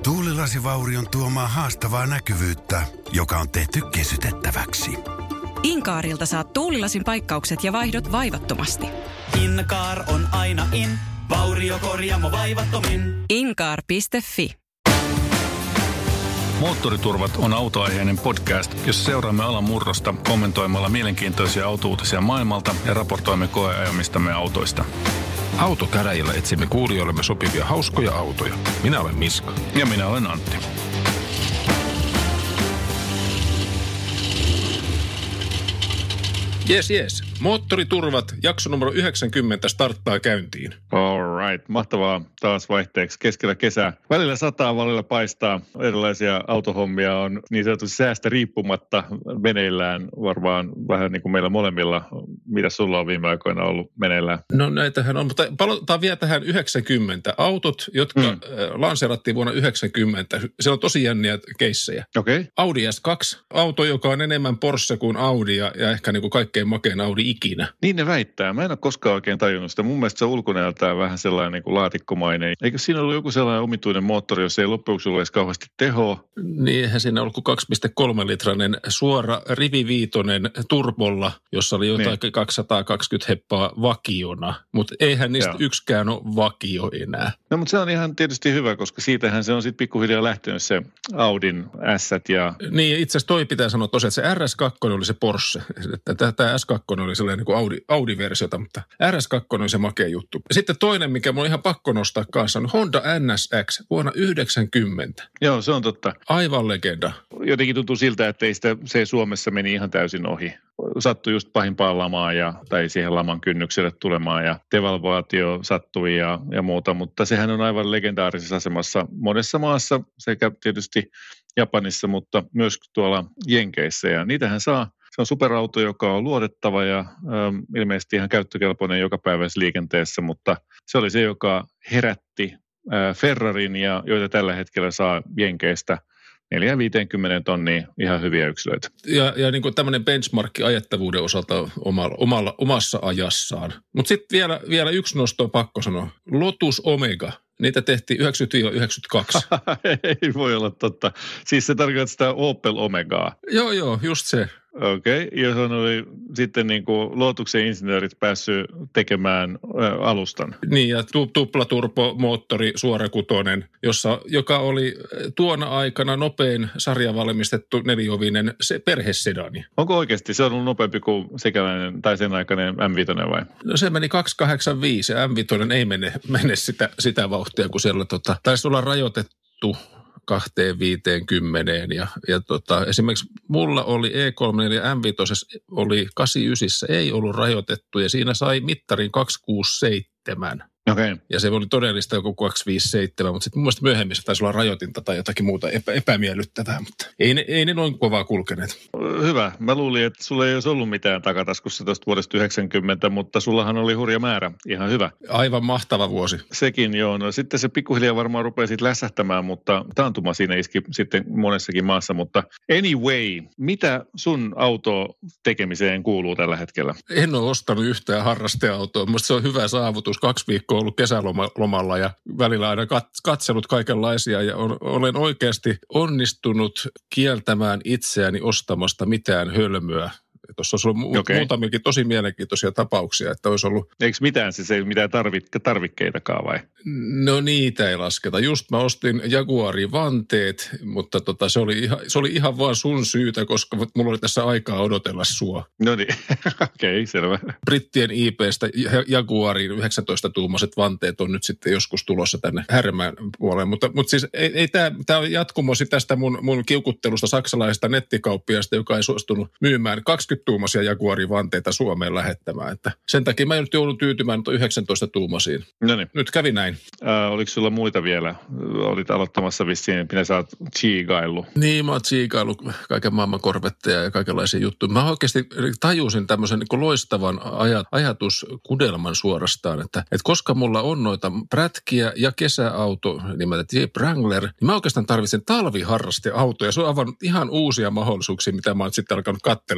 Tuulilasivaurion tuomaa haastavaa näkyvyyttä, joka on tehty kesytettäväksi. Inkaarilta saat tuulilasin paikkaukset ja vaihdot vaivattomasti. Inkaar on aina in, vauriokorjaamo vaivattomin. Inkaar.fi. Moottoriturvat on autoaiheinen podcast, jossa seuraamme alan murrosta kommentoimalla mielenkiintoisia autouutisia maailmalta ja raportoimme koeajamistamme autoista. Autokäräjillä etsimme kuulijoillemme sopivia hauskoja autoja. Minä olen Miska. Ja minä olen Antti. Jes. Moottoriturvat, jakso numero 90 starttaa käyntiin. All right. Mahtavaa taas vaihteeksi keskellä kesää. Välillä sataa, välillä paistaa. Erilaisia autohommia on niin sanotusti säästä riippumatta meneillään. Varmaan vähän niin kuin meillä molemmilla. Mitä sulla on viime aikoina ollut meneillään? No näitähän on, mutta palataan vielä tähän 90. Autot, jotka lanseerattiin vuonna 90. Siellä on tosi jänniä keissejä. Okay. Audi S2, auto, joka on enemmän Porsche kuin Audi ja ehkä niin kuin kaikkein makein Audi ikinä. Niin ne väittää. Mä en ole koskaan oikein tajunnut sitä. Mun mielestä se on ulkonäöltään vähän sellainen niin kuin laatikkomainen. Eikö siinä ollut joku sellainen omituinen moottori, jos ei loppujen ollut edes kauheasti tehoa? Niin, eihän siinä ollut kuin 2,3-litrainen suora riviviitonen turbolla, jossa oli jotain 220 heppaa vakiona. Mutta eihän niistä yksikään ole vakio enää. No, mutta se on ihan tietysti hyvä, koska siitähän se on sitten pikkuhiljaa lähtenyt se Audin S ja... Niin, itse asiassa toi pitää sanoa tosiaan, että se RS2 oli se Porsche. Tämä S2 oli sellainen niin kuin Audi-versiota, mutta RS2 on se makea juttu. Sitten toinen, mikä mun on ihan pakko nostaa kanssa, on Honda NSX vuonna 90. Joo, se on totta. Aivan legenda. Jotenkin tuntuu siltä, että se Suomessa meni ihan täysin ohi. Sattui just pahimpaan lamaan tai siihen laman kynnykselle tulemaan ja devalvaatio sattui ja muuta, mutta sehän on aivan legendaarisessa asemassa monessa maassa sekä tietysti Japanissa, mutta myös tuolla Jenkeissä ja niitähän saa. Se on superauto, joka on luotettava ja ilmeisesti ihan käyttökelpoinen jokapäiväisessä liikenteessä, mutta se oli se, joka herätti Ferrarin, joita tällä hetkellä saa Jenkeistä 4-50 tonnia ihan hyviä yksilöitä. Ja niin kuin tämmöinen benchmarkki ajettavuuden osalta omassa ajassaan. Mutta sitten vielä yksi nosto on pakko sanoa. Lotus Omega. Niitä tehtiin 90-92. Ei voi olla totta. Siis se tarkoittaa sitä Opel Omegaa. Joo, just se. Okei, johon oli sitten niin kuin Lotuksen insinöörit päässyt tekemään alustan. Niin, ja tuplaturbomoottori suorakutonen, joka oli tuona aikana nopein sarjavalmistettu neliovinen perhesedani. Onko oikeasti? Se on ollut nopeampi kuin sekäläinen tai sen aikainen M5 vai? No se meni 285 ja M5 ei mene sitä vauhtia, kun siellä taisi olla rajoitettu 250 ja esimerkiksi mulla oli E34 ja M5 oli 89, ei ollut rajoitettu ja siinä sai mittarin 267. Okay. Ja se oli todellista joku 257, mutta sitten mun mielestä myöhemmin taisi olla rajoitinta tai jotakin muuta epämiellyttävää, mutta ei ne noin kovaa kulkeneet. Hyvä. Mä luulin, että sulla ei olisi ollut mitään takataskussa tuosta vuodesta 90, mutta sullahan oli hurja määrä. Ihan hyvä. Aivan mahtava vuosi. Sekin joo. No sitten se pikkuhiljaa varmaan rupeaa sitten lässähtämään, mutta taantuma siinä iski sitten monessakin maassa. Mutta anyway, mitä sun auto tekemiseen kuuluu tällä hetkellä? En ole ostanut yhtään harrasteautoa. Musta se on hyvä saavutus. 2 viikkoa ollut kesälomalla ja välillä aina katsellut kaikenlaisia ja olen oikeasti onnistunut kieltämään itseäni ostamasta mitään hölmöä. Tuossa olisi ollut muutamiakin tosi mielenkiintoisia tapauksia, että olisi ollut... Eikö mitään siis ei mitään tarvikkeitakaan vai? No niitä ei lasketa. Just mä ostin Jaguarin vanteet, mutta se oli ihan vaan sun syytä, koska mulla oli tässä aikaa odotella sua. No niin, okei, selvä. Brittien IP:stä Jaguarin 19-tuumaiset vanteet on nyt sitten joskus tulossa tänne Härmään puoleen, mutta siis ei tämä on jatkumosi tästä mun kiukuttelusta saksalaisesta nettikauppiasta, joka ei suostunut myymään 20-tuumaisia Jaguarin vanteita Suomeen lähettämään. Että sen takia mä nyt joudun tyytymään 19-tuumasiin. No niin. Nyt kävi näin. Oliko sulla muita vielä? Olit aloittamassa vissiin, minä sä oot chiigaillut. Niin, mä oon chiigaillut kaiken maailman korvetteja ja kaikenlaisia juttuja. Mä oikeasti tajusin tämmöisen niin loistavan ajatuskudelman suorastaan, että koska mulla on noita prätkiä ja kesäauto nimeltä Jeep Wrangler, niin mä oikeastaan tarvitsen talviharrasteautoja. Se on aivan ihan uusia mahdollisuuksia, mitä mä oon sitten alkanut katselemaan. Että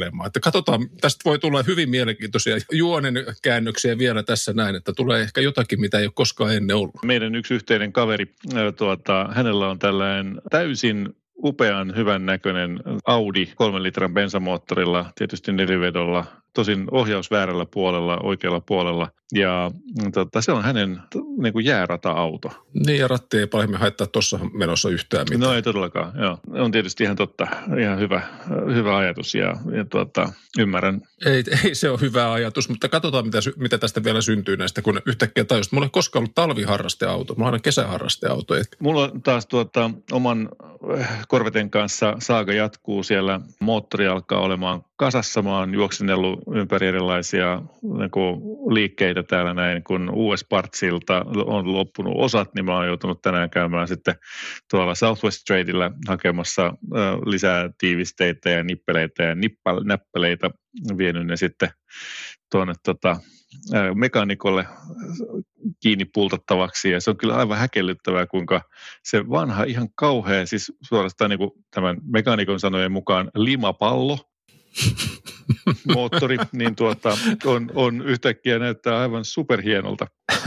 katsotaan, tästä voi tulla hyvin mielenkiintoisia juonen käännöksiä vielä tässä näin, että tulee ehkä jotakin, mitä ei ole koskaan ennen ollut. Meidän yksi yhteinen kaveri, hänellä on tällainen täysin upean, hyvän näköinen Audi 3 litran bensamoottorilla, tietysti nelivedolla, tosin ohjaus väärällä puolella, oikealla puolella. Ja se on hänen niin kuin jäärata-auto. Niin, ja ratti ei paljon haittaa tuossa menossa yhtään mitään. No ei todellakaan, joo. On tietysti ihan totta, ihan hyvä ajatus ja ymmärrän. Ei se ole hyvä ajatus, mutta katsotaan, mitä tästä vielä syntyy näistä, kun yhtäkkiä tajusit. Mulla ei koskaan ollut talviharrasteauto, mulla on aina kesäharrasteauto. Mulla on taas oman Corveten kanssa saaga jatkuu siellä. Moottori alkaa olemaan kasassa. Mä oon juoksinellut ympäri erilaisia niin kuin liikkeitä täällä näin, kun US Partsilta on loppunut osat, niin mä oon joutunut tänään käymään sitten tuolla Southwest Tradeillä hakemassa lisää tiivisteitä ja nippeleitä ja näppeleitä, vienyt ne sitten tuonne mekaanikolle kiinni pultattavaksi, ja se on kyllä aivan häkellyttävää, kuinka se vanha ihan kauhea, siis suorastaan niin kuin tämän mekaanikon sanojen mukaan limapallo, moottori, niin on yhtäkkiä näyttää aivan superhienolta.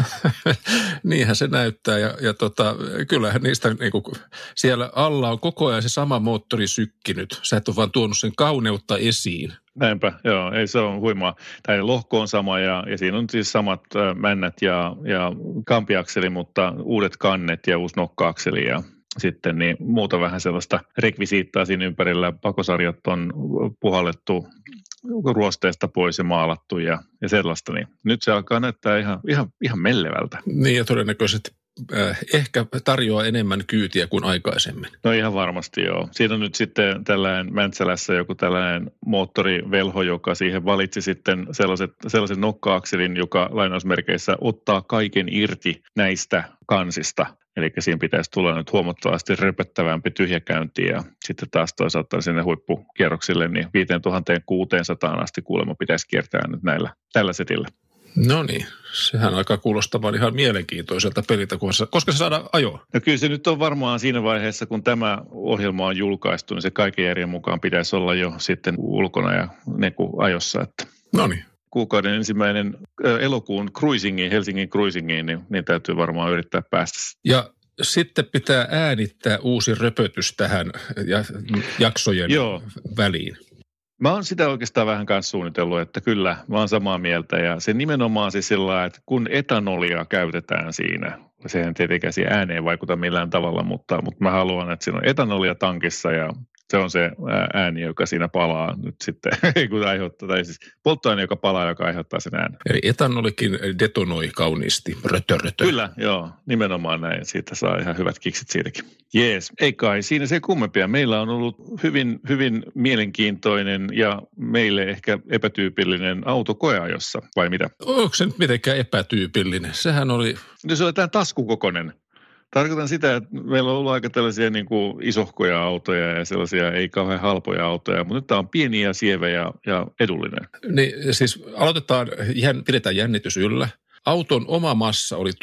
Niinhän se näyttää ja kyllähän niistä niinku, siellä alla on koko ajan se sama moottori sykkinyt. Sä et ole vaan tuonut sen kauneutta esiin. Näinpä, joo, ei se on huimaa. Tämä lohko on sama ja siinä on siis samat männät ja kampiakseli, mutta uudet kannet ja uusi nokka-akseli ja sitten niin muuta vähän sellaista rekvisiittaa siinä ympärillä. Pakosarjat on puhallettu ruosteesta pois ja maalattu ja sellaista. Niin nyt se alkaa näyttää ihan mellevältä. Niin ja todennäköisesti ehkä tarjoaa enemmän kyytiä kuin aikaisemmin. No ihan varmasti joo. Siinä on nyt sitten tällainen Mäntsälässä joku tällainen moottorivelho, joka siihen valitsi sitten sellaisen nokka-akselin, joka lainausmerkeissä ottaa kaiken irti näistä kansista. Eli siinä pitäisi tulla nyt huomattavasti röpöttävämpi tyhjäkäynti ja sitten taas toisaalta sinne huippukierroksille niin 5600 asti kuulemma pitäisi kiertää nyt tällä setillä. No niin, sehän alkaa kuulostamaan ihan mielenkiintoiselta peliltä, koska se saadaan ajoa. No kyllä se nyt on varmaan siinä vaiheessa, kun tämä ohjelma on julkaistu, niin se kaiken järjen mukaan pitäisi olla jo sitten ulkona ja ajossa. Että. No niin. Kuukauden ensimmäinen elokuun cruisingiin, Helsingin cruisingiin, niin täytyy varmaan yrittää päästä. Ja sitten pitää äänittää uusi röpötys tähän jaksojen väliin. Mä oon sitä oikeastaan vähän kanssa suunnitellut, että kyllä, mä oon samaa mieltä ja se nimenomaan siis sillä lailla, että kun etanolia käytetään siinä, sehän tietenkään siihen ääneen vaikuta millään tavalla, mutta mä haluan, että siinä on etanolia tankissa ja se on se ääni, joka siinä palaa nyt sitten, kun aiheuttaa, tai siis polttoaine, joka palaa, joka aiheuttaa sen äänen. Eli etanolikin detonoi kauniisti, rötö. Kyllä, joo, nimenomaan näin. Siitä saa ihan hyvät kiksit siitäkin. Jees, ei kai siinä se kummempia. Meillä on ollut hyvin, hyvin mielenkiintoinen ja meille ehkä epätyypillinen auto koeajossa, vai mitä? Onko se nyt mitenkään epätyypillinen? Sehän oli... No se oli tämän taskukokoinen. Tarkoitan sitä, että meillä on ollut aika tällaisia niin kuin isohkoja autoja ja sellaisia ei kauhean halpoja autoja, mutta nyt tämä on pieni ja sievä ja edullinen. Niin siis pidetään jännitys yllä. Auton oma massa oli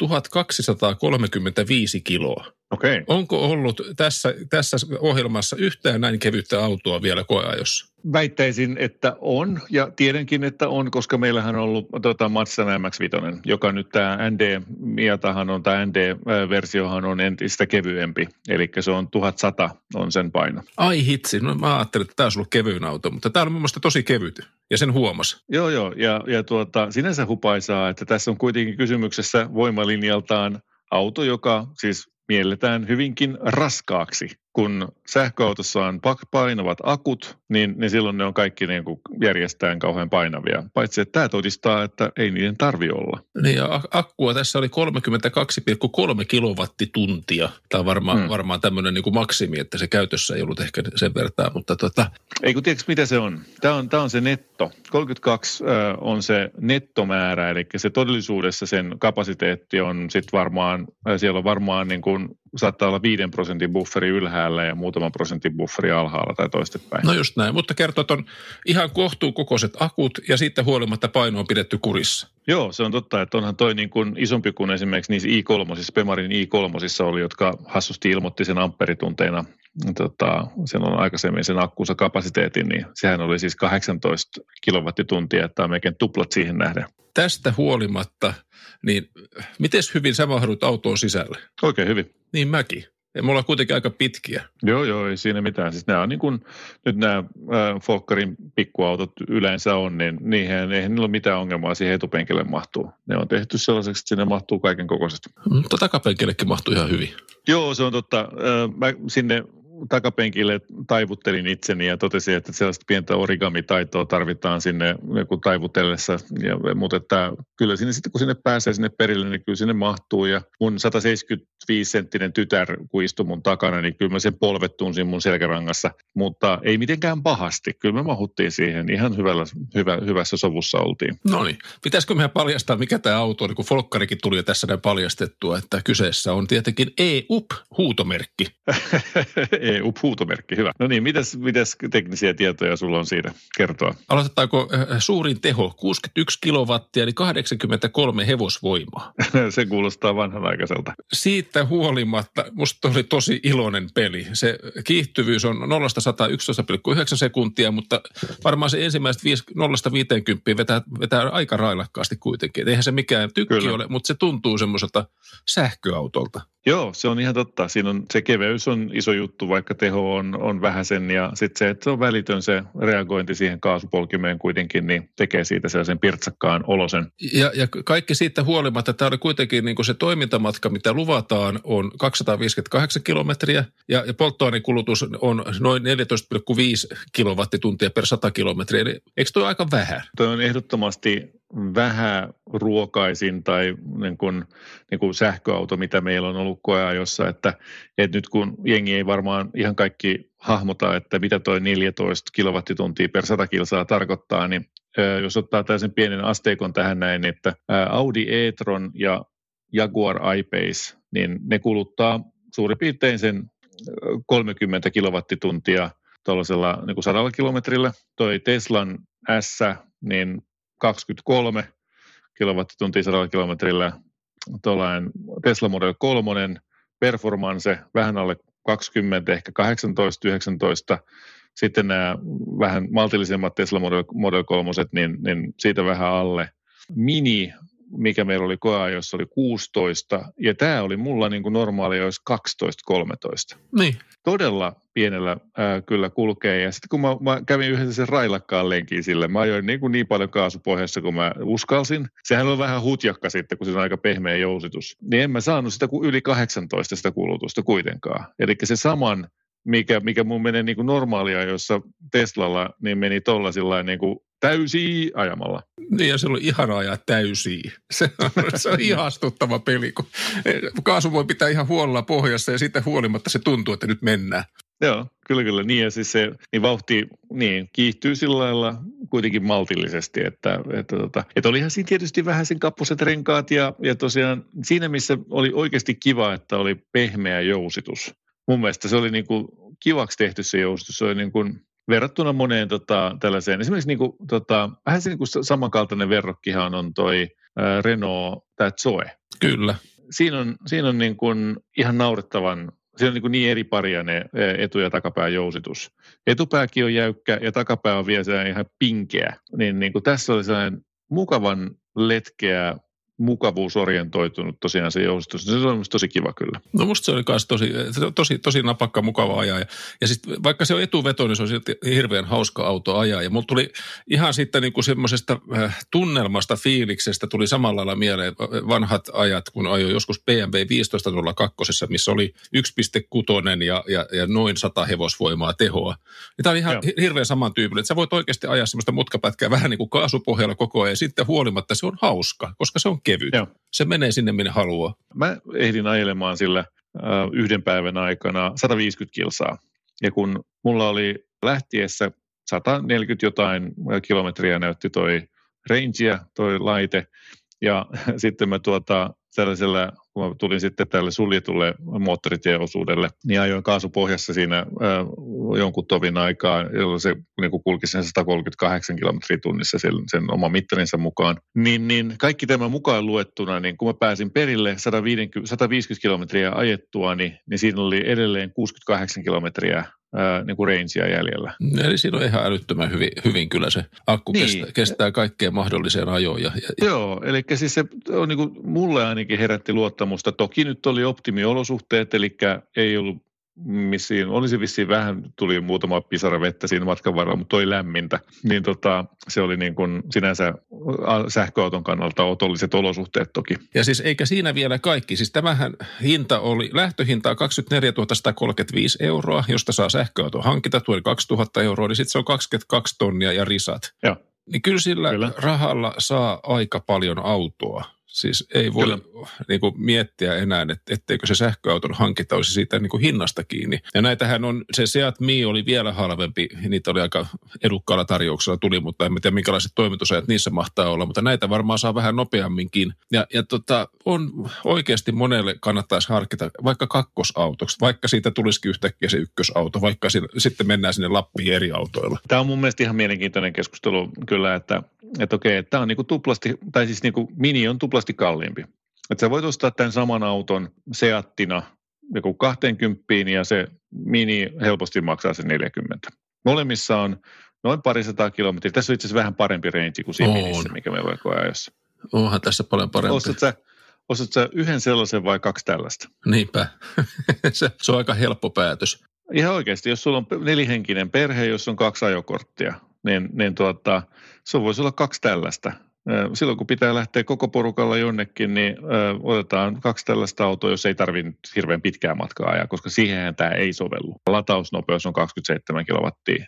1235 kiloa. Okei. Onko ollut tässä ohjelmassa yhtään näin kevyttä autoa vielä koeajossa? Väittäisin, että on ja tiedänkin, että on, koska meillähän on ollut Mazda MX-5, joka nyt tämä ND-Miatahan on, tämä ND-versiohan on entistä kevyempi, eli se on 1100 on sen paino. Ai hitsi, no mä ajattelin, että tämä olisi ollut kevyin auto, mutta tämä on mun mielestä tosi kevyt ja sen huomasi. Joo, ja sinänsä hupaisaa, että tässä on kuitenkin kysymyksessä voimalinjaltaan auto, joka siis mielletään hyvinkin raskaaksi. Kun sähköautossa on painavat akut, niin silloin ne on kaikki niin kuin järjestään kauhean painavia. Paitsi, että tämä todistaa, että ei niiden tarvitse olla. Niin ja akkua tässä oli 32,3 kilowattituntia. Tämä on varmaan tämmöinen niin kuin maksimi, että se käytössä ei ollut ehkä sen vertaa, mutta Ei kun tiedätkö mitä se on? Tämä on se netto. 32 on se nettomäärä, eli se todellisuudessa sen kapasiteetti on sitten varmaan, siellä on varmaan niin kuin saattaa olla 5% bufferi ylhäällä ja muutaman prosentin bufferi alhaalla tai toistepäin. No just näin, mutta kertoo, että on ihan kohtuukokoiset akut ja siitä huolimatta paino on pidetty kurissa. Joo, se on totta, että onhan toi niin kuin isompi kuin esimerkiksi niissä i3, Bemarin i3 oli, jotka hassusti ilmoitti sen ampperitunteina silloin aikaisemmin sen akkunsa kapasiteetin, niin sehän oli siis 18 kilowattituntia, että on melkein tuplat siihen nähden. Tästä huolimatta, niin miten hyvin sä mahdut autoon sisälle? Oikein hyvin. Niin mäkin. Ja mulla on kuitenkin aika pitkiä. Joo, ei siinä mitään. Siis nämä on niin kuin, nyt nämä Folkkarin pikkuautot yleensä on, niin eihän niillä ole mitään ongelmaa siihen etupenkille mahtuu. Ne on tehty sellaiseksi, että sinne mahtuu kaiken kokoisesti. Mutta takapenkillekin mahtuu ihan hyvin. Joo, se on totta. Mä sinne takapenkille taivuttelin itseni ja totesin, että sellaista pientä origamitaitoa tarvitaan sinne taivutellessa. Mutta että kyllä sinne sitten, kun sinne pääsee sinne perille, niin kyllä sinne mahtuu. Ja mun 175-senttinen tytär, kun istui mun takana, niin kyllä mä sen polvet tunsin mun selkärangassa. Mutta ei mitenkään pahasti. Kyllä me mahuttiin siihen. Ihan hyvässä sovussa oltiin. No niin. Pitäisikö meidän paljastaa, mikä tämä auto on, kun Folkkarikin tuli jo tässä näin paljastettua, että kyseessä on tietenkin E-UP-huutomerkki. EU-huutomerkki, hyvä. No niin, mitäs teknisiä tietoja sulla on siitä kertoa? Aloitetaanko suurin teho, 61 kilowattia, eli 83 hevosvoimaa? Se kuulostaa vanhanaikaiselta. Siitä huolimatta musta oli tosi iloinen peli. Se kiihtyvyys on 0-111,9 sekuntia, mutta varmaan se ensimmäiset 0-50 vetää aika railakkaasti kuitenkin. Et eihän se mikään tykki ole, mutta se tuntuu semmoiselta sähköautolta. Joo, se on ihan totta. Siinä on, se keveys on iso juttu, vaikka teho on vähäisen ja sitten se, että se on välitön se reagointi siihen kaasupolkimeen kuitenkin, niin tekee siitä sellaisen pirtsakkaan olosen. Ja kaikki siitä huolimatta, tämä oli kuitenkin niin kuin se toimintamatka, mitä luvataan, on 258 kilometriä ja polttoainekulutus on noin 14,5 kilowattituntia per 100 kilometriä. Eli eikö tuo aika vähän? Tuo on ehdottomasti vähäruokaisin tai niin kuin sähköauto, mitä meillä on ollut koeajossa, että nyt kun jengi ei varmaan ihan kaikki hahmota, että mitä toi 14 kilowattituntia per 100 kilsaa tarkoittaa, niin jos ottaa tällaisen pienen asteikon tähän näin, että Audi e-tron ja Jaguar I-Pace, niin ne kuluttaa suurin piirtein sen 30 kilowattituntia tuollaisella niin kuin 100 kilometrillä. Toi Teslan S, niin 23 kilowattituntia 100 kilometrillä, tuollainen Tesla Model 3, Performance vähän alle 20, ehkä 18, 19. Sitten nämä vähän maltillisemmat Tesla Model 3, niin siitä vähän alle. Mini, mikä meillä oli koeajossa, oli 16, ja tämä oli mulla niin kuin normaali, olisi 12-13. Niin. Todella pienellä kyllä kulkee, ja sitten kun mä kävin yhdessä sen railakkaan lenkin sille, mä ajoin niin paljon kaasupohjassa, kun mä uskalsin. Sehän on vähän hutjakka sitten, kun se on aika pehmeä jousitus. Niin en mä saanut sitä kuin yli 18 sitä kulutusta kuitenkaan. Eli se saman, mikä mun menee niin kuin normaalia, jossa Teslalla, niin meni tollaisilla niin kuin täysiä ajamalla. Niin, ja se oli ihana ajaa täysiä. Se on ihastuttava peli, kun kaasu voi pitää ihan huolella pohjassa ja siitä huolimatta se tuntuu, että nyt mennään. Joo, kyllä. Niin, ja siis se niin vauhti kiihtyy sillä lailla kuitenkin maltillisesti, että olihan siinä tietysti vähän sen kapposet renkaat ja tosiaan siinä, missä oli oikeasti kiva, että oli pehmeä jousitus. Mun mielestä se oli niin kuin kivaksi tehty se jousitus, se oli niin kuin verrattuna moneen tällaiseen, esimerkiksi niin kuin, vähän se niin kuin samankaltainen verrokkihan on toi Renault, tämä Zoe. Kyllä. Siinä on niin kuin ihan naurettavan, siinä on niin eri paria ne etu- ja takapään jousitus. Etupääkin on jäykkä ja takapää on vielä ihan pinkeä. Niin kuin tässä oli sellainen mukavan letkeä, mukavuusorientoitunut tosiaan se joustus. Se on tosi kiva kyllä. No musta se oli myös tosi napakka, mukava ajaa. Ja sitten vaikka se on etuveto, niin se on silti hirveän hauska auto ajaa. Ja mulla tuli ihan sitten niinku semmoisesta tunnelmasta, fiiliksestä tuli samalla lailla mieleen vanhat ajat, kun ajoin joskus BMW 1502, missä oli 1,6 ja noin 100 hevosvoimaa tehoa. Ja tämä on ihan hirveän samantyyppinen, että sä voit oikeasti ajaa semmoista mutkapätkää vähän niin kuin kaasupohjalla koko ajan. Ja sitten huolimatta se on hauska, koska se on kevyt. Joo. Se menee sinne, minne haluaa. Mä ehdin ajelemaan sillä yhden päivän aikana 150 kilsaa. Ja kun mulla oli lähtiessä 140 jotain kilometriä näytti toi rangea, toi laite. Ja sitten mä tällaisella, kun mä tulin sitten tälle suljetulle moottoritieosuudelle, niin ajoin kaasupohjassa siinä jonkun tovin aikaa, jolloin se niin kuin kulki sen 138 kilometriä tunnissa sen oman mittarinsa mukaan. Niin kaikki tämä mukaan luettuna, niin kun mä pääsin perille 150 kilometriä ajettua, niin siinä oli edelleen 68 kilometriä niin kuin rangea jäljellä. Eli siinä on ihan älyttömän hyvin kyllä se akku kestää kaikkeen mahdolliseen ajoon. Joo, eli siis se on niin kuin, mulle ainakin herätti luottamusta. Toki nyt oli optimiolosuhteet, eli ei ollut olisi vissiin vähän, tuli muutama pisara vettä siinä matkan varrella, mutta toi lämmintä. Niin se oli niin kuin sinänsä sähköauton kannalta otolliset olosuhteet toki. Ja siis eikä siinä vielä kaikki. Siis tämähän hinta oli, lähtöhintaa 24 135 €, josta saa sähköauton hankita, tuo 2000 €, niin sitten se on 22 tonnia ja risat. Joo. Niin kyllä sillä rahalla saa aika paljon autoa. Siis ei voi niin kuin miettiä enää, etteikö se sähköauton hankinta olisi siitä niin kuin hinnasta kiinni. Ja näitähän on, se Seat Mii oli vielä halvempi, niitä oli aika edukkaalla tarjouksella tuli, mutta en tiedä minkälaiset toimitusajat niissä mahtaa olla, mutta näitä varmaan saa vähän nopeamminkin. Ja on oikeasti monelle kannattaisi harkita vaikka kakkosautoksi, vaikka siitä tulisikin yhtäkkiä se ykkösauto, vaikka sitten mennään sinne Lappiin eri autoilla. Tämä on mun mielestä ihan mielenkiintoinen keskustelu kyllä, että okei, että tämä on niinku tuplasti, tai siis niinku Mini on tuplasti kalliimpi. Että sä voit ostaa tämän saman auton Seattina joku 20 ja se Mini helposti maksaa sen 40. Molemmissa on noin 200 kilometriä. Tässä on itse asiassa vähän parempi range kuin siinä Minissä, mikä meillä on koko ajossa. Onhan tässä paljon parempi. Ostat sä yhden sellaisen vai 2 tällaista? Niinpä. se on aika helppo päätös. Ihan oikeasti, jos sulla on 4-henkinen perhe, jos on 2 ajokorttia, niin se voisi olla 2 tällaista. Silloin kun pitää lähteä koko porukalla jonnekin, niin otetaan 2 tällaista autoa, jos ei tarvitse hirveän pitkää matkaa ajaa, koska siihenhän tämä ei sovellu. Latausnopeus on 27 kilowattia,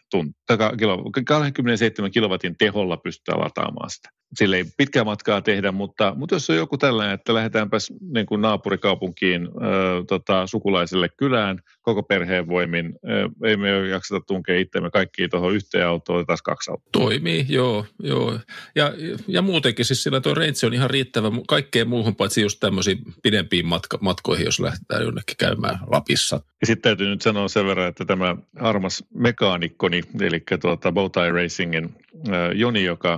27 kilowatin teholla pystytään lataamaan sitä. Sillä ei pitkää matkaa tehdä, mutta jos on joku tällainen, että lähdetäänpäs niin kuin naapurikaupunkiin sukulaiselle kylään koko perheen voimin, ei me jakseta tunkea itseämme kaikkiin tuohon yhteen autoon, otetaan 2 autoa. Toimii, joo. Ja muutenkin siis sillä tuo range on ihan riittävä kaikkeen muuhun, paitsi just tämmöisiin pidempiin matkoihin, jos lähdetään jonnekin käymään Lapissa. Ja sitten täytyy nyt sanoa sen verran, että tämä armas mekaanikkoni, eli Bowtie Racingin Joni, joka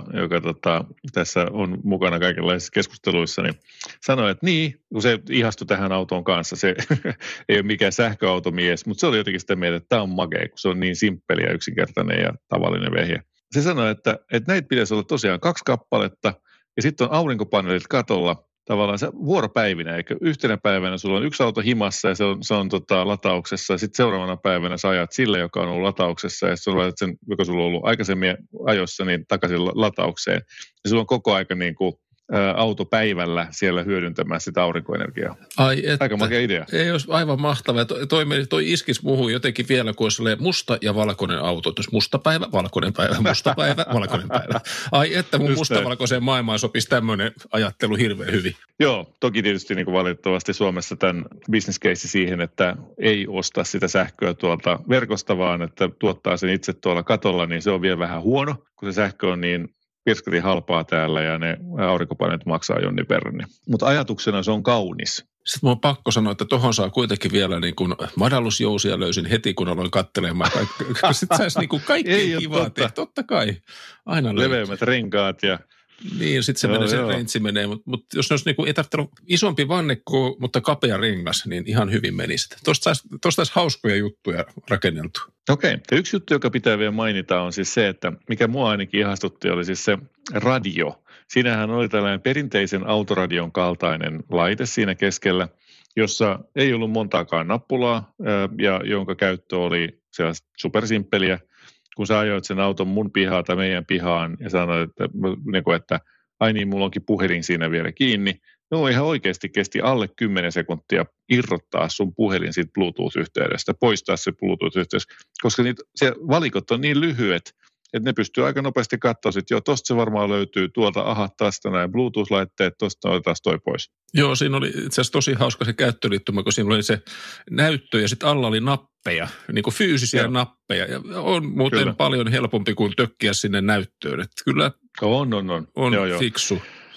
tässä on mukana kaikenlaisissa keskusteluissa, niin sanoi, että niin, kun se ihastui tähän autoon kanssa, se ei ole mikään sähköautomies, mutta se oli jotenkin sitä mieltä, että tämä on makea, kun se on niin simppeli ja yksinkertainen ja tavallinen vehje. Se sanoi, että näitä pitäisi olla tosiaan 2 kappaletta ja sitten on aurinkopaneelit katolla tavallaan vuoropäivinä, eikä yhtenä päivänä sulla on 1 auto himassa ja se on latauksessa ja sitten seuraavana päivänä sä ajat sille, joka on ollut latauksessa ja sitten laitat sen, joka sulla on ollut aikaisemmin ajossa, niin takaisin lataukseen. Ja sulla on koko aika niin kuin autopäivällä siellä hyödyntämään sitä aurinkoenergiaa. Aika makea idea. Ei olisi aivan mahtavaa. Toi iskisi muuhun jotenkin vielä, kun olisi musta ja valkoinen auto. Jos musta päivä, valkoinen päivä, musta päivä, valkoinen päivä. Ai että mun mustavalkoiseen maailmaan sopisi tämmöinen ajattelu hirveän hyvin. Joo, toki tietysti niin kuin valitettavasti Suomessa tämän business case siihen, että ei osta sitä sähköä tuolta verkosta, vaan että tuottaa sen itse tuolla katolla, niin se on vielä vähän huono, kun se sähkö on niin pirskatin halpaa täällä ja ne aurinkopaneet maksaa jonnin verran. Mutta ajatuksena se on kaunis. Sitten mun on pakko sanoa, että tohon saa kuitenkin vielä niin kuin madallusjousia löysin heti, kun aloin katselemaan. Sitten saisi niin kuin kaikki kivaa tehdä. Totta kai. Aina leveimmät renkaat ja... Niin, sitten se menee, se range menee, mutta jos ne olisi niin kuin, ei tarvitse olla isompi vannekko, mutta kapea rengas, niin ihan hyvin menisi. Tuosta saisi hauskoja juttuja rakenneltu. Okei. Ja yksi juttu, joka pitää vielä mainita, on siis se, että mikä mua ainakin ihastutti, oli siis se radio. Siinähän oli tällainen perinteisen autoradion kaltainen laite siinä keskellä, jossa ei ollut montaakaan nappulaa ja jonka käyttö oli sellaista supersimppeliä. Kun sä ajoit sen auton mun pihaan tai meidän pihaan ja sanoit, että ai niin, mulla onkin puhelin siinä vielä kiinni. No ihan oikeasti kesti alle 10 sekuntia irrottaa sun puhelin siitä Bluetooth-yhteydestä, poistaa se Bluetooth-yhteys, koska se valikot on niin lyhyet, että ne pystyy aika nopeasti katsoa, että joo, tosta se varmaan löytyy tuolta, tästä näin Bluetooth-laitteet, tosta otetaan toi pois. Joo, siinä oli itse asiassa tosi hauska se käyttöliittymä, kun siinä oli se näyttö ja sitten alla oli nappeja, niin kuin fyysisiä nappeja. Ja on muuten paljon helpompi kuin tökkiä sinne näyttöön, että kyllä on joo. Fiksu.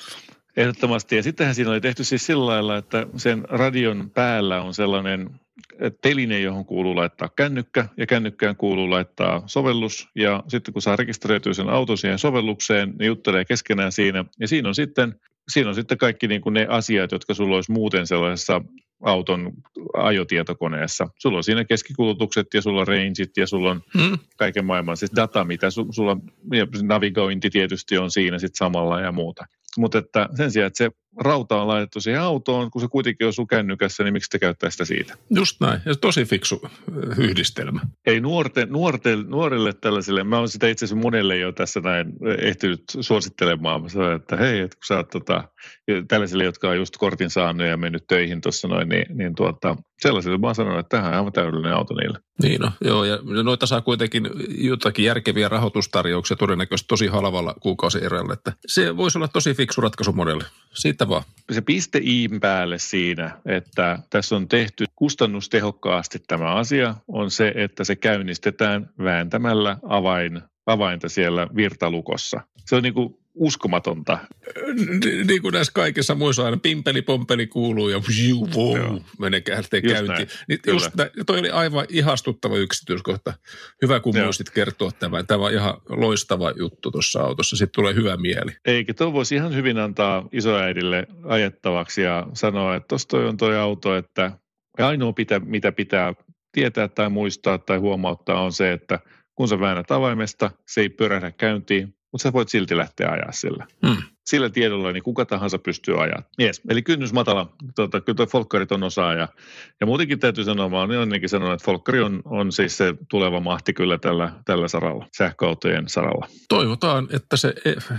Ehdottomasti. Ja sittenhän siinä oli tehty siis sillä lailla, että sen radion päällä on sellainen teline, johon kuuluu laittaa kännykkä ja kännykkään kuuluu laittaa sovellus. Ja sitten kun saa rekisteröityä sen auton siihen sovellukseen, niin juttelee keskenään siinä. Ja siinä on sitten kaikki niin kuin ne asiat, jotka sulla olisi muuten sellaisessa auton ajotietokoneessa. Sulla on siinä keskikulutukset ja sulla on rangeit ja sulla on kaiken maailman siis data, mitä sulla navigointi tietysti on siinä sitten samalla ja muuta. Mutta että sen sijaan, että se rauta on laitettu siihen autoon, kun se kuitenkin on sun kännykässä, niin miksi te käyttää sitä siitä? Just näin. Ja tosi fiksu yhdistelmä. Ei nuorille tällaisille, mä oon sitä itse asiassa monelle jo tässä näin ehtinyt suosittelemaan. Mä sanoin, että hei, että kun sä oot tällaisille, jotka on just kortin saanut ja mennyt töihin tuossa noin, niin sellaisille mä oon sanonut, että tämähän on aivan täydellinen auto niille. Niin no, joo, ja noita saa kuitenkin jotakin järkeviä rahoitustarjouksia todennäköisesti tosi halvalla kuukausierällä, että se voisi olla tosi fiksu ratkaisumodelli. Siitä vaan. Se piste iin päälle siinä, että tässä on tehty kustannustehokkaasti tämä asia, on se, että se käynnistetään vääntämällä avainta siellä virtalukossa. Se on niin kuin uskomatonta. Niin kuin näissä kaikissa muissa aina pimpeli-pompeli kuuluu ja menee käänteen käyntiin. Niin toi oli aivan ihastuttava yksityiskohta. Hyvä, kun muistit kertoa tämän. Tämä on ihan loistava juttu tuossa autossa. Sitten tulee hyvä mieli. Eikä tuo voisi ihan hyvin antaa isoäidille ajettavaksi ja sanoa, että tuossa on toi auto, että ainoa mitä pitää tietää tai muistaa tai huomauttaa on se, että kun sä väännät avaimesta, se ei pyörähdä käyntiin, mutta sä voit silti lähteä ajaa sillä. Sillä tiedolla niin kuka tahansa pystyy ajaa. Yes. Eli kynnys matala. Kyllä tuo Folkkarit on osaaja. Ja muutenkin täytyy sanoa, mä oon onnenkin sanonut, että Folkkari on siis se tuleva mahti kyllä tällä saralla, sähköautojen saralla. Toivotaan, että se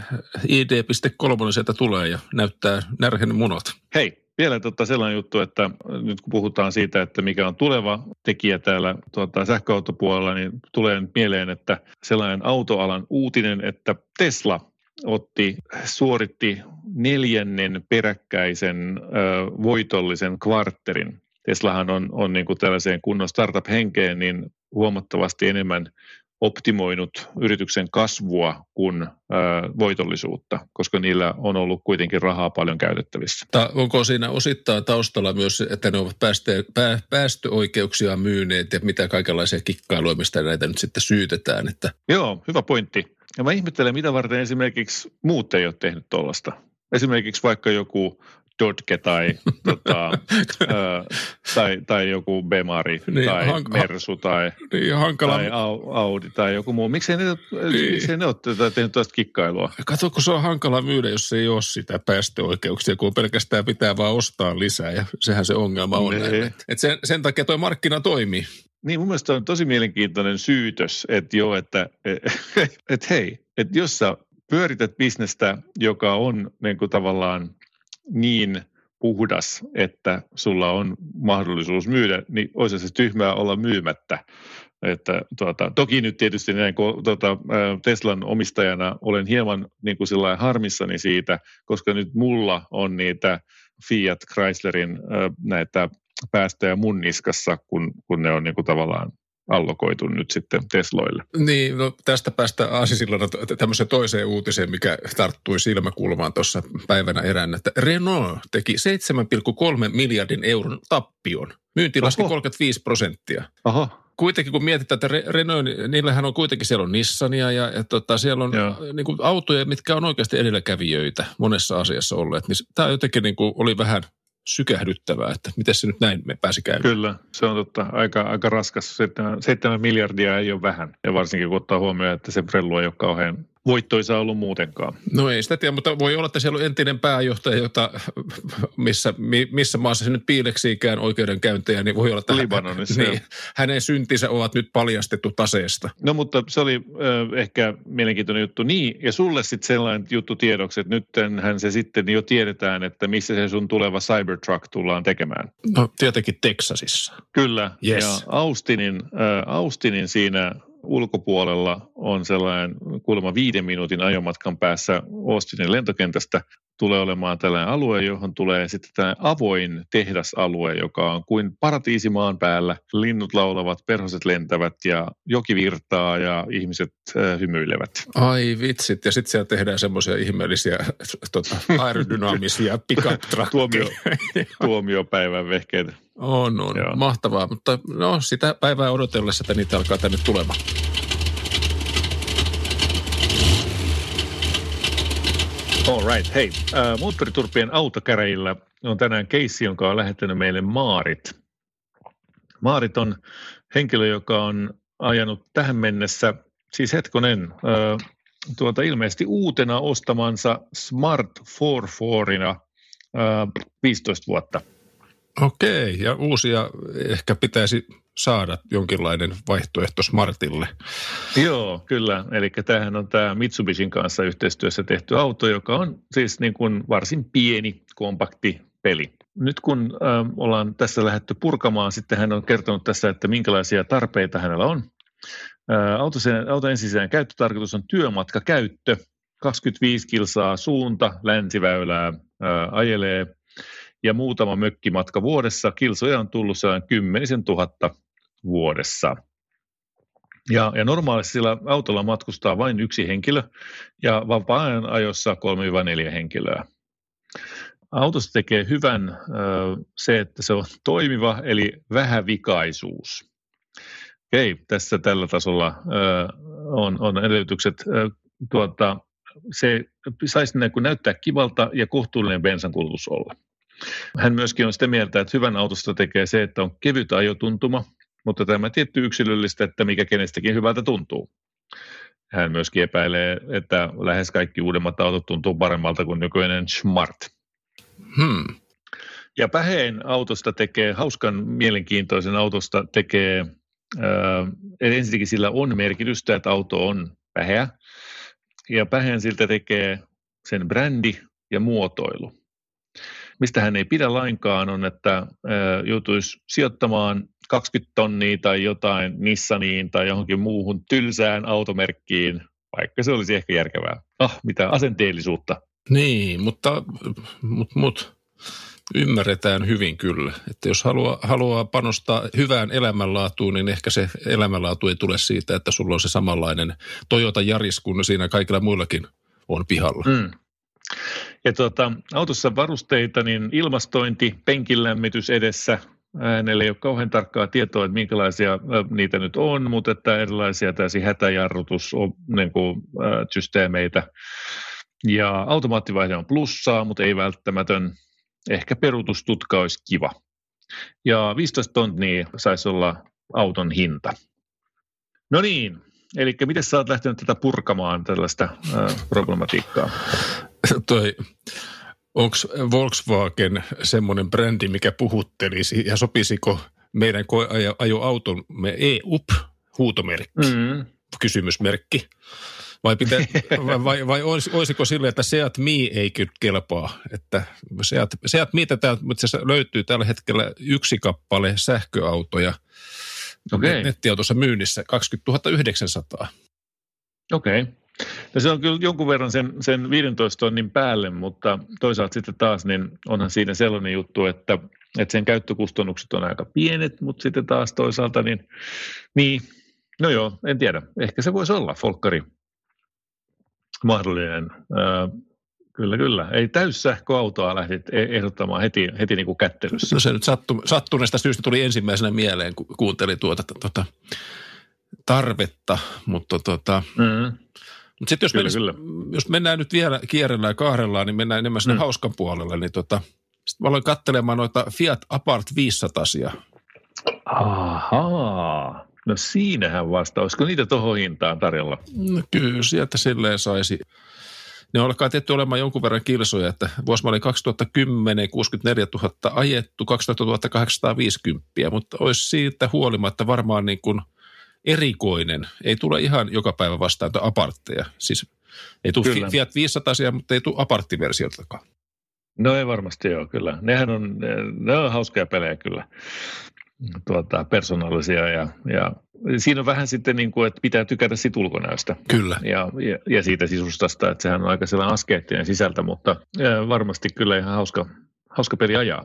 ID.3 sieltä tulee ja näyttää närhen munot. Hei. Vielä sellainen juttu, että nyt kun puhutaan siitä, että mikä on tuleva tekijä täällä sähköautopuolella, niin tulee mieleen, että sellainen autoalan uutinen, että Tesla suoritti 4. peräkkäisen voitollisen kvartterin. Teslahan on niin kuin tällaiseen kunnon startup-henkeen niin huomattavasti enemmän optimoinut yrityksen kasvua kuin voitollisuutta, koska niillä on ollut kuitenkin rahaa paljon käytettävissä. Onko siinä osittain taustalla myös, että ne ovat päästöoikeuksia myyneet ja mitä kaikenlaisia kikkailuja, mistä näitä nyt sitten syytetään? Että... Joo, hyvä pointti. Ja mä ihmettelen, mitä varten esimerkiksi muut ei ole tehnyt tuollaista. Esimerkiksi vaikka joku Dodge tai joku Bemari niin, tai Mersu tai Audi tai joku muu. Miksei ne ole tehnyt tästä kikkailua? Kato, kun se on hankala myydä, jos ei ole sitä päästöoikeuksia, kun pelkästään pitää vaan ostaa lisää ja sehän se ongelma on. Sen takia tuo markkina toimii. Niin, mun mielestä on tosi mielenkiintoinen syytös, että hei, että jos sä pyörität bisnestä, joka on niin kuin tavallaan niin puhdas, että sulla on mahdollisuus myydä, niin olisi se tyhmää olla myymättä. Että, toki nyt tietysti näin, kun Teslan omistajana olen hieman niin kuin sillain harmissani siitä, koska nyt mulla on niitä Fiat Chryslerin näitä päästöjä mun niskassa, kun ne on niin kuin tavallaan allokoitu nyt sitten Tesloille. Niin, no tästä päästään aasisillana tämmöiseen toiseen uutiseen, mikä tarttui silmäkulmaan tuossa päivänä eräänä, että Renault teki 7,3 miljardin euron tappion. Myynti laski 35%. Oho. Kuitenkin kun mietitään, että Renault, niillähän on kuitenkin, siellä on Nissania ja siellä on niin kuin autoja, mitkä on oikeasti edelläkävijöitä monessa asiassa olleet. Niin tämä jotenkin niin kuin oli vähän sykähdyttävää, että miten se nyt näin me pääsi käymään. Kyllä, se on totta. Aika raskas. 7 miljardia ei ole vähän. Ja varsinkin kun ottaa huomioon, että se Prellu ei ole kauhean voittoisa ollut muutenkaan. No ei sitä tiedä, mutta voi olla, että siellä on entinen pääjohtaja, missä maassa se nyt piileksiikään oikeudenkäyntejä, niin voi olla, että Libanonissa, hänen syntinsä ovat nyt paljastettu taseesta. No mutta se oli ehkä mielenkiintoinen juttu. Niin, ja sulle sitten sellainen juttu tiedoksi, että nythän se sitten jo tiedetään, että missä se sun tuleva Cybertruck tullaan tekemään. No tietenkin Texasissa. Kyllä, yes. Ja Austinin siinä ulkopuolella on sellainen kuulemma 5 minuutin ajomatkan päässä Austinin lentokentästä. Tulee olemaan tällainen alue, johon tulee sitten tämä avoin tehdasalue, joka on kuin paratiisimaan päällä. Linnut laulavat, perhoset lentävät ja joki virtaa ja ihmiset hymyilevät. Ai vitsit, ja sitten siellä tehdään semmoisia ihmeellisiä aerodynaamisia pick-up-trakkeja. Tuomiopäivän vehkeitä. On, joo. Mahtavaa, mutta no sitä päivää odotellessa, että niitä alkaa tänne tulemaan. All right, hei. Moottoriturpien autokäräjillä on tänään keissi, jonka on lähettänyt meille Maarit. Maarit on henkilö, joka on ajanut tähän mennessä, siis ilmeisesti uutena ostamansa Smart 4-4-ina 15 vuotta. Okei, ja uusia ehkä pitäisi saada jonkinlainen vaihtoehto Smartille. Joo, kyllä. Eli tämähän on tämä Mitsubishin kanssa yhteistyössä tehty auto, joka on siis niin kuin varsin pieni, kompakti peli. Nyt kun ollaan tässä lähdetty purkamaan, sitten hän on kertonut tässä, että minkälaisia tarpeita hänellä on. Auton ensisijainen käyttötarkoitus on työmatkakäyttö. 25 kilsaa suunta, länsiväylää ajelee ja muutama mökkimatka vuodessa. Kilsoja on tullut 10 000 vuodessa. Ja normaalisti sillä autolla matkustaa vain yksi henkilö ja vapaa-ajan ajossa 3-4 henkilöä. Autosta tekee hyvän se, että se on toimiva, eli vähävikaisuus. Okei, tässä tällä tasolla on edellytykset. Se saisi näyttää kivalta ja kohtuullinen bensankulutus olla. Hän myöskin on sitä mieltä, että hyvän autosta tekee se, että on kevyt ajotuntuma, mutta tämä tietty yksilöllistä, että mikä kenestäkin hyvältä tuntuu. Hän myöskin epäilee, että lähes kaikki uudemmat autot tuntuu paremmalta kuin nykyinen Smart. Ja Päheen autosta tekee, hauskan mielenkiintoisen autosta tekee, ensinnäkin sillä on merkitystä, että auto on Päheä. Ja Päheen siltä tekee sen brändi ja muotoilu. Mistä hän ei pidä lainkaan on, että joutuisi sijoittamaan 20 tonnia tai jotain Nissaniin tai johonkin muuhun tylsään automerkkiin, vaikka se olisi ehkä järkevää. Mitä asenteellisuutta. Niin, mutta ymmärretään hyvin kyllä, että jos haluaa panostaa hyvään elämänlaatuun, niin ehkä se elämänlaatu ei tule siitä, että sulla on se samanlainen Toyota Yaris, kun siinä kaikilla muillakin on pihalla. Ja autossa varusteita, niin ilmastointi, penkinlämmitys edessä. Hänellä ei ole kauhean tarkkaa tietoa, että minkälaisia niitä nyt on, mutta että erilaisia täysin hätäjarrutussysteemeitä. Ja automaattivaihde on plussaa, mutta ei välttämätön. Ehkä peruutustutka olisi kiva. Ja 15 tonnia saisi olla auton hinta. No niin, eli miten sä oot lähtenyt tätä purkamaan tällaista problematiikkaa? Onko Volkswagen semmoinen brändi, mikä puhuttelisi ja sopisiko meidän ajoautomme EUP-huutomerkki, kysymysmerkki? Vai olisiko silleen, että Seat Mii ei kelpaa? Että Seat Mii löytyy tällä hetkellä yksi kappale sähköautoja nettiautossa myynnissä 20 900. Okei. No se on kyllä jonkun verran sen 15 tonnin päälle, mutta toisaalta sitten taas niin onhan siinä sellainen juttu, että sen käyttökustannukset on aika pienet, mutta sitten taas toisaalta niin no joo, en tiedä. Ehkä se voisi olla folkkari mahdollinen. Kyllä. Ei täyssähköautoa lähdit ehdottamaan heti niin kuin kättelyssä. No se nyt sattuneesta syystä tuli ensimmäisenä mieleen, kun kuuntelin tuota tarvetta, mutta Mutta sitten jos mennään nyt vielä kierrellään ja kaarellaan, niin mennään enemmän sinne hauskan puolelle, niin sitten mä aloin katselemaan noita Fiat Abarth 500-sia. Ahaa, no siinähän vasta. Olisiko niitä tohon hintaan tarjolla? No kyllä, sieltä silleen saisi. Ne alkaa tietty olemaan jonkun verran kilsoja, että vuosi oli 2010 64 000 ajettu, 12 850, mutta olisi siitä huolimatta varmaan niin kuin erikoinen. Ei tule ihan joka päivä vastaan Abartteja. Siis ei tule Fiat 500, mutta ei tule Abarth-versiotakaan. No ei varmasti joo, kyllä. Ne on hauskoja pelejä kyllä. persoonallisia ja siinä on vähän sitten niin kuin, että pitää tykätä siitä ulkonäöstä. Kyllä. Ja siitä sisustasta, että sehän on aika sellainen askeettinen sisältö, mutta varmasti kyllä ihan hauska peli ajaa.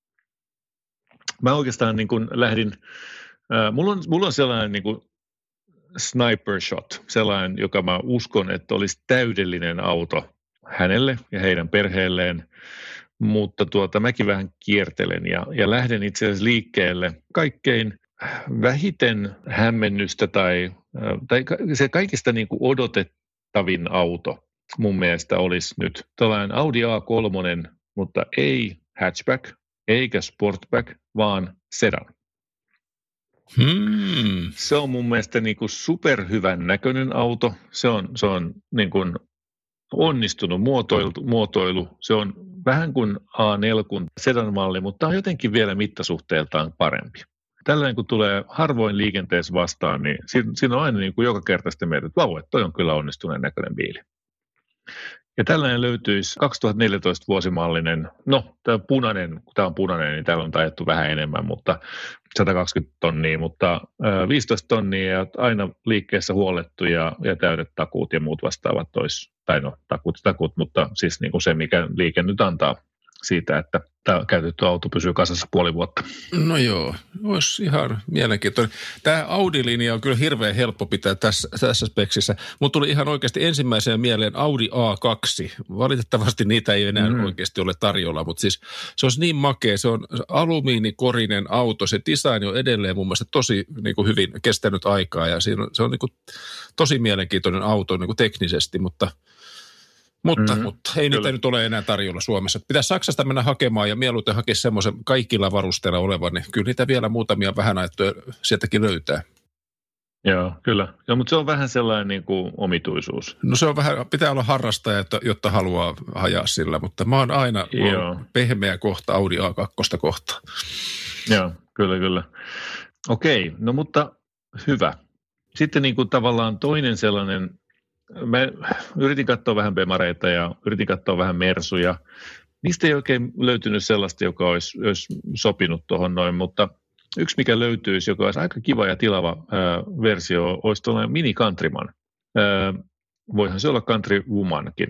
Mä oikeastaan niin kuin lähdin, mulla on sellainen niin kuin sniper shot, sellainen, joka mä uskon, että olisi täydellinen auto hänelle ja heidän perheelleen, mutta mäkin vähän kiertelen ja lähden itse asiassa liikkeelle kaikkein vähiten hämmennystä tai se kaikista niin kuin odotettavin auto mun mielestä olisi nyt tällainen Audi A3, mutta ei hatchback eikä sportback, vaan sedan. Se on mun mielestä niin kuin superhyvän näköinen auto. Se on niin kuin onnistunut muotoilu. Se on vähän kuin A4 sedan-malli, mutta on jotenkin vielä mittasuhteeltaan parempi. Tällainen kun tulee harvoin liikenteessä vastaan, niin siinä on aina niin kuin joka kerta sitten mieltä, että vau, että toi on kyllä onnistuneen näköinen biili. Ja tällainen löytyisi 2014 vuosimallinen, no tämä on punainen, niin täällä on ajettu vähän enemmän, mutta 120 tonnia, mutta 15 tonnia ja aina liikkeessä huollettu ja täydet takuut ja muut vastaavat takut, mutta siis niin kuin se, mikä liike nyt antaa siitä, että tämä käytetty auto pysyy kasassa puoli vuotta. No joo, olisi ihan mielenkiintoinen. Tämä Audi-linja on kyllä hirveän helppo pitää tässä speksissä, mutta tuli ihan oikeasti ensimmäisenä mieleen Audi A2. Valitettavasti niitä ei enää oikeasti ole tarjolla, mutta siis se olisi niin makea. Se on alumiinikorinen auto. Se design on edelleen mun mielestä tosi niin kuin hyvin kestänyt aikaa ja se on niin kuin tosi mielenkiintoinen auto niin kuin teknisesti, mutta ei niitä nyt ole enää tarjolla Suomessa. Pitäisi Saksasta mennä hakemaan ja mieluiten hakea semmoisen kaikilla varusteilla olevan, niin kyllä niitä vielä muutamia vähän ajattuja sieltäkin löytää. Joo, kyllä. Joo, mutta se on vähän sellainen niin kuin omituisuus. No se on vähän, pitää olla harrastaja, jotta haluaa hajaa sillä, mutta mä oon aina pehmeä kohta Audi A2 kohtaan. Joo, kyllä. Okei, no mutta hyvä. Sitten niin kuin tavallaan toinen sellainen, mä yritin katsoa vähän Bemareita ja yritin katsoa vähän Mersuja. Niistä ei oikein löytynyt sellaista, joka olisi sopinut tuohon noin, mutta yksi mikä löytyisi, joka olisi aika kiva ja tilava versio, olisi tuollainen Mini Countryman. Voihan se olla Country Womankin,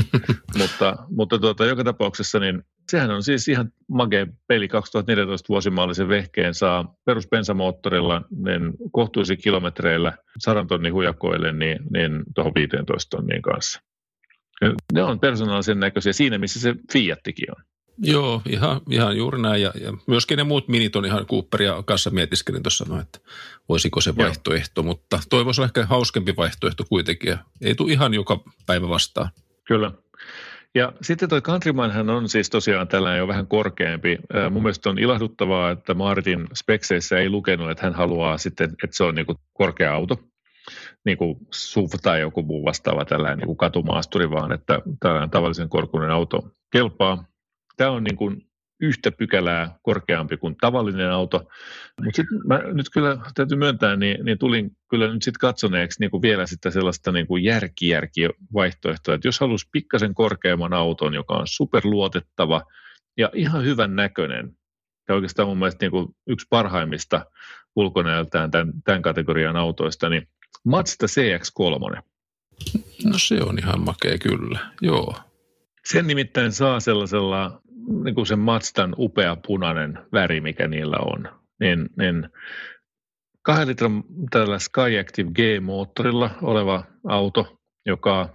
mutta joka tapauksessa niin sehän on siis ihan magea peli. 2014 vuosimallisen vehkeen saa perusbensamoottorilla niin kohtuullisilla kilometreillä 100 tonnin hujakoille niin tuohon 15 tonnin kanssa. Ne on persoonallisen näköisiä siinä, missä se Fiattikin on. Joo, ihan juuri näin. Ja myöskin ne muut minit on ihan Cooperia kanssa mietiskelin tuossa sanoa, että voisiko se vaihtoehto, mutta toivoisi olla ehkä hauskempi vaihtoehto kuitenkin. Ja ei tule ihan joka päivä vastaan. Kyllä. Ja sitten toi Countrymanhän on siis tosiaan tällainen jo vähän korkeampi. Mun mielestä on ilahduttavaa, että Martin spekseissä ei lukenut, että hän haluaa sitten, että se on niin kuin korkea auto, niin kuin SUV tai joku muu vastaava tällainen niin kuin katumaasturi, vaan että tällainen tavallisen korkuinen auto kelpaa. Tämä on niin kuin yhtä pykälää korkeampi kuin tavallinen auto, mutta sitten mä nyt kyllä täytyy myöntää, niin tulin kyllä nyt sitten katsoneeksi niin kuin vielä sitten sellaista niin kuin järki-vaihtoehtoa, että jos haluaisi pikkasen korkeamman auton, joka on superluotettava ja ihan hyvän näköinen, ja oikeastaan mun mielestä niin kuin yksi parhaimmista ulkonäöltään tämän kategorian autoista, niin Mazda CX-3. No se on ihan makea kyllä, joo. Sen nimittäin saa sellaisella, niin kuin sen Mazdan upea punainen väri, mikä niillä on, niin 2 litran tällä SkyActiv G-moottorilla oleva auto, joka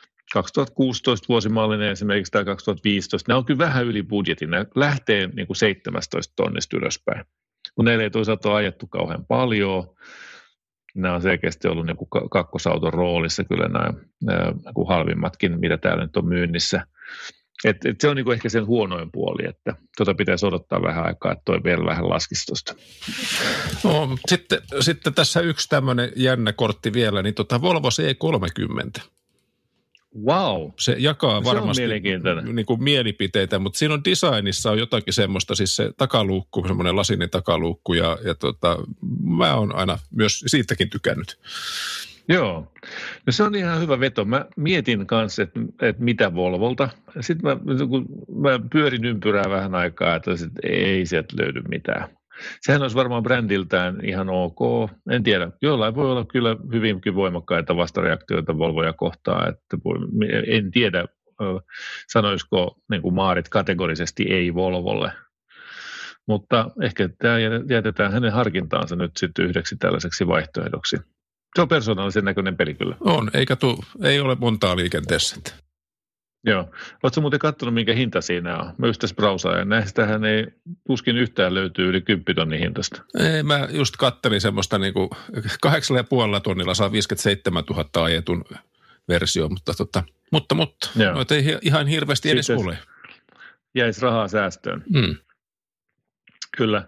2016 vuosimallinen esimerkiksi tai 2015, nämä on kyllä vähän yli budjetin, nämä lähtee niin kuin 17 tonnista ylöspäin, kun neillä ei toisaalta ole ajettu kauhean paljon. Nämä on selkeästi ollut niin kuin kakkosauton roolissa kyllä nämä niin halvimmatkin, mitä täällä nyt on myynnissä. Et se on niin kuin ehkä sen huonoin puoli, että pitäisi odottaa vähän aikaa, että toi vielä vähän laskisi tuosta. No, sitten tässä yksi tämmöinen jännä kortti vielä, niin Volvo C30. Wow. Se jakaa varmasti niin kuin mielipiteitä, mutta siinä on designissa on jotakin semmoista, siis se takaluukku, semmoinen lasinen takaluukku ja mä oon aina myös siitäkin tykännyt. Joo, no se on ihan hyvä veto. Mä mietin kanssa, että mitä Volvolta. Sitten mä pyörin ympyrää vähän aikaa, että ei sieltä löydy mitään. sehän olisi varmaan brändiltään ihan ok. En tiedä, jollain voi olla kyllä hyvinkin voimakkaita vastareaktioita Volvoja kohtaan, että en tiedä, sanoisiko niin kuin Maarit kategorisesti ei Volvolle. Mutta ehkä tämä jätetään hänen harkintaansa nyt sitten yhdeksi tällaiseksi vaihtoehdoksi. Se on persoonallisen näköinen peli kyllä. On, ei ole montaa liikenteessä. Joo. Oletko muuten katsonut, minkä hinta siinä on? Mä just tässä brausaan, ja näistähän ei tuskin yhtään löytyy yli 10 000 hintasta. Ei, mä just kattelin semmoista niinku 8,5 tonnilla saa 57 000 ajetun versio, mutta noita ei ihan hirveästi edes ole. Jäisi rahaa säästöön. Kyllä.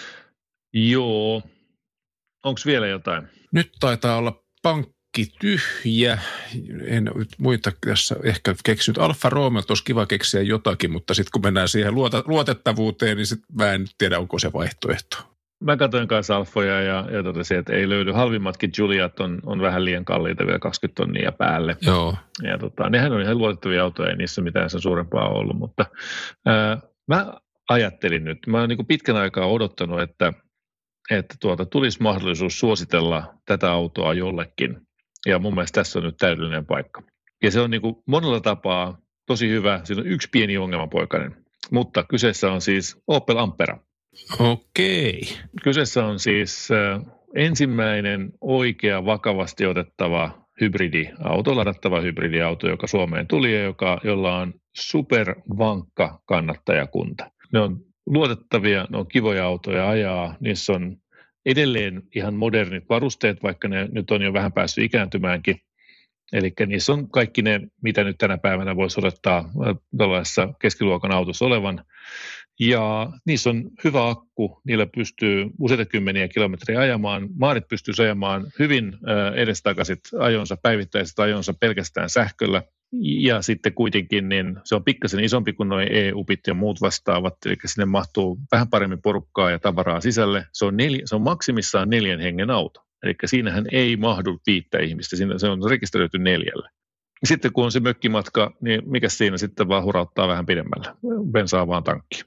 Joo. Onko vielä jotain? Nyt taitaa olla pankki tyhjä. En muita tässä ehkä keksinyt. Alfa Romeolta olisi kiva keksiä jotakin, mutta sitten kun mennään siihen luotettavuuteen, niin sitten mä en tiedä, onko se vaihtoehto. Mä katsoin kanssa Alfoja ja totesin, että ei löydy. Halvimmatkin Juliat on vähän liian kalliita, vielä 20 tonnia päälle. Joo. Ja nehän on ihan luotettavia autoja, ei niissä mitään sen suurempaa ollut, mutta mä ajattelin nyt, mä oon niin kuin pitkän aikaa odottanut, että tulisi mahdollisuus suositella tätä autoa jollekin. Ja mun mielestä tässä on nyt täydellinen paikka. Ja se on niin kuin monella tapaa tosi hyvä. Siinä on yksi pieni ongelmapoikainen, mutta kyseessä on siis Opel Ampera. Okei. Kyseessä on siis ensimmäinen oikea vakavasti otettava hybridiauto, ladattava hybridiauto, joka Suomeen tuli ja jolla on supervankka kannattajakunta. Ne on luotettavia, ne on kivoja autoja ajaa, niissä on edelleen ihan modernit varusteet, vaikka ne nyt on jo vähän päässyt ikääntymäänkin. Eli niissä on kaikki ne, mitä nyt tänä päivänä voisi odottaa tällaisessa keskiluokan autossa olevan. Ja niissä on hyvä akku, niillä pystyy useita kymmeniä kilometriä ajamaan. Maarit pystyy ajamaan hyvin edestakaiset ajonsa, päivittäiset ajonsa pelkästään sähköllä. Ja sitten kuitenkin niin se on pikkasen isompi kuin nuo e-upit ja muut vastaavat, eli sinne mahtuu vähän paremmin porukkaa ja tavaraa sisälle. Se on maksimissaan 4 hengen auto, eli siinähän ei mahdu 5 ihmistä, se on rekisteröity 4. Sitten kun on se mökkimatka, niin mikä siinä sitten vaan hurauttaa vähän pidemmällä, bensaa vaan tankkiin.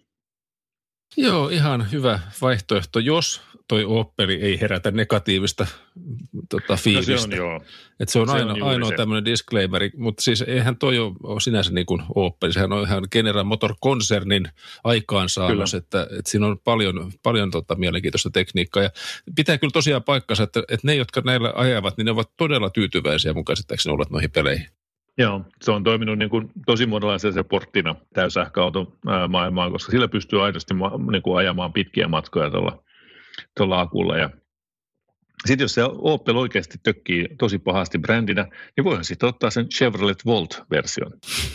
Joo, ihan hyvä vaihtoehto, jos toi Opeli ei herätä negatiivista fiilistä. No se on joo. Että se on ainoa tämmöinen disclaimeri, mutta siis eihän toi ole sinänsä niin kuin Opel, sehän on ihan General Motor-konsernin aikaansaannos, että siinä on paljon mielenkiintoista tekniikkaa ja pitää kyllä tosiaan paikkansa, että ne, jotka näillä ajavat, niin ne ovat todella tyytyväisiä mun käsittääkseni olla noihin peleihin. Joo, se on toiminut niin kuin tosi monenlaisena porttina täyssähköauton maailmaan, koska sillä pystyy aidosti niin kuin ajamaan pitkiä matkoja tuolla akulla. Ja sitten jos se Opel oikeasti tökkii tosi pahasti brändinä, niin voihan sitten ottaa sen Chevrolet Volt-version.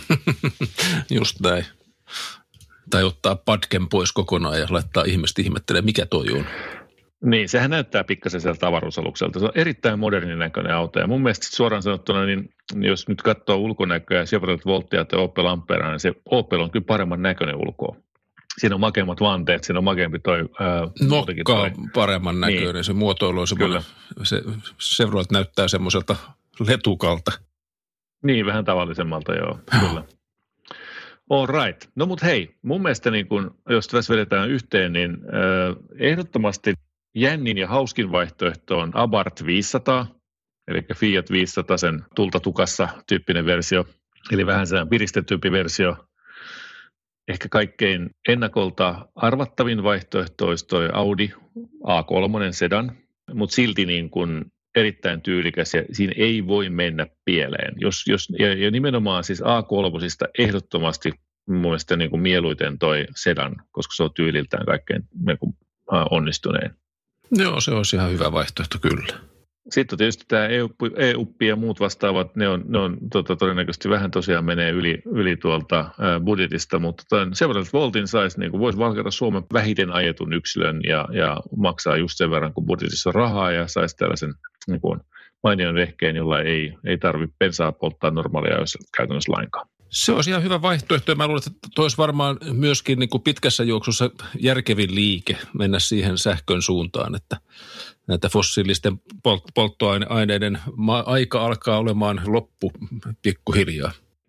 Just näin. Tai ottaa padken pois kokonaan ja laittaa ihmiset ihmettelemään, mikä toi on. Niin, sehän näyttää pikkasen sieltä avaruusalukselta. Se on erittäin modernin näköinen auto. Ja mun mielestä suoraan sanottuna, niin jos nyt katsoo ulkonäköä Chevrolet Voltia tai Opel Amperaa, niin se Opel on kyllä paremman näköinen ulkoa. Siinä on makeammat vanteet, siinä on makeampi toi... Nokka on paremman näköinen, niin. Se muotoilu on semmoinen, se Chevrolet näyttää semmoiselta letukalta. Niin, vähän tavallisemmalta, joo, kyllä. All right. No mut hei, mun mielestä niin kun, jos tässä vedetään yhteen, niin ehdottomasti jännin ja hauskin vaihtoehto on Abarth 500, eli Fiat 500, sen tultatukassa tyyppinen versio, eli vähän sellainen piristetympi versio. Ehkä kaikkein ennakolta arvattavin vaihtoehto olisi toi Audi A3 sedan, mutta silti niin kuin erittäin tyylikäs ja siinä ei voi mennä pieleen. Ja nimenomaan siis A3 ehdottomasti mun mielestä niin kuin mieluiten toi sedan, koska se on tyyliltään kaikkein niin kuin onnistunein. Joo, se olisi ihan hyvä vaihtoehto kyllä. Sitten tietysti tämä e-uppi ja muut vastaavat, ne on todennäköisesti vähän tosiaan menee yli tuolta budjetista, mutta Chevrolet Voltin niin voisi valkata Suomen vähiten ajetun yksilön ja maksaa just sen verran, kun budjetissa on rahaa ja saisi tällaisen niin kuin mainion vehkeen, jolla ei tarvitse bensaa polttaa normaalia käytännössä lainkaan. Se olisi ihan hyvä vaihtoehto ja mä luulen, että toisi varmaan myöskin niin kuin pitkässä juoksussa järkevin liike mennä siihen sähkön suuntaan, että näitä fossiilisten polttoaineiden aika alkaa olemaan loppu pikkuhiljaa.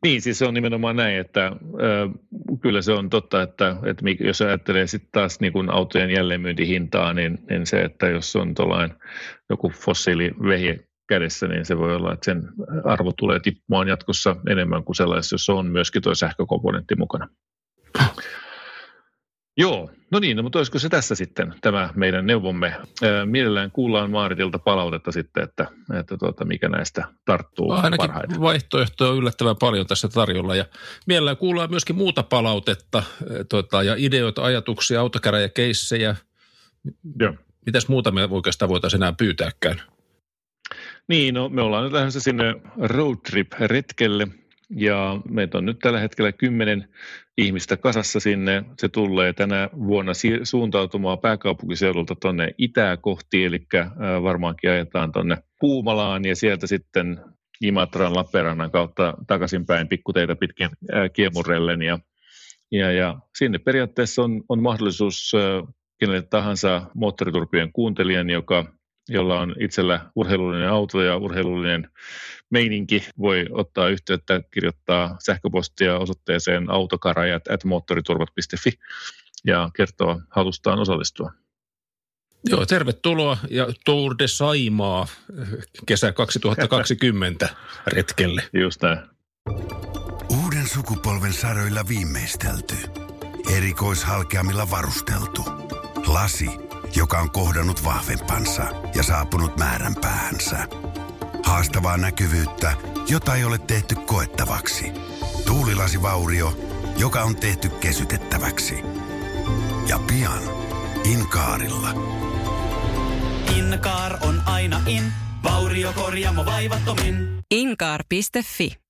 Niin, siis se on nimenomaan näin, että kyllä se on totta, että jos ajattelee sitten taas niin kuin autojen jälleenmyyntihintaa, niin se, että jos on tuollainen joku fossiilivehje kädessä, niin se voi olla, että sen arvo tulee tippumaan jatkossa enemmän kuin sellaisessa, jossa on myöskin tuo sähkökomponentti mukana. Joo, no niin, mutta olisiko se tässä sitten tämä meidän neuvomme? Mielellään kuullaan Maaritilta palautetta sitten, että mikä näistä tarttuu ainakin parhaiten. Ainakin vaihtoehtoja on yllättävän paljon tässä tarjolla ja mielellään kuullaan myöskin muuta palautetta ja ideoita, ajatuksia, autokäräjäkeissejä. Joo. Mitäs muuta me oikeastaan voitaisiin enää pyytääkään? Niin, no me ollaan nyt lähdössä sinne roadtrip-retkelle. Ja meitä on nyt tällä hetkellä 10 ihmistä kasassa sinne. Se tulee tänä vuonna suuntautumaan pääkaupunkiseudulta tuonne itää kohti, eli varmaankin ajetaan tuonne Puumalaan ja sieltä sitten Imatran, Lappeenrannan kautta takaisinpäin pikkuteitä pitkin Kiemurrellen. Ja sinne periaatteessa on mahdollisuus kenelle tahansa moottoriturpien kuuntelijan, jolla on itsellä urheilullinen auto ja urheilullinen meininki, voi ottaa yhteyttä, kirjoittaa sähköpostia osoitteeseen autokarajat@moottoriturvat.fi ja kertoa halustaan osallistua. Joo, tervetuloa ja Tour de Saimaa kesä 2020 retkelle. Just näin. Uuden sukupolven saroilla viimeistelty. Erikoishalkeamilla varusteltu. Lasi, joka on kohdannut vahvempansa ja saapunut määränpäähänsä. Haastavaa näkyvyyttä, jota ei ole tehty koettavaksi. Tuulilasivaurio, joka on tehty kesytettäväksi. Ja pian Inkaarilla. Inkaar on aina in, vauriokorjaamo vaivattomin. Inkaar.fi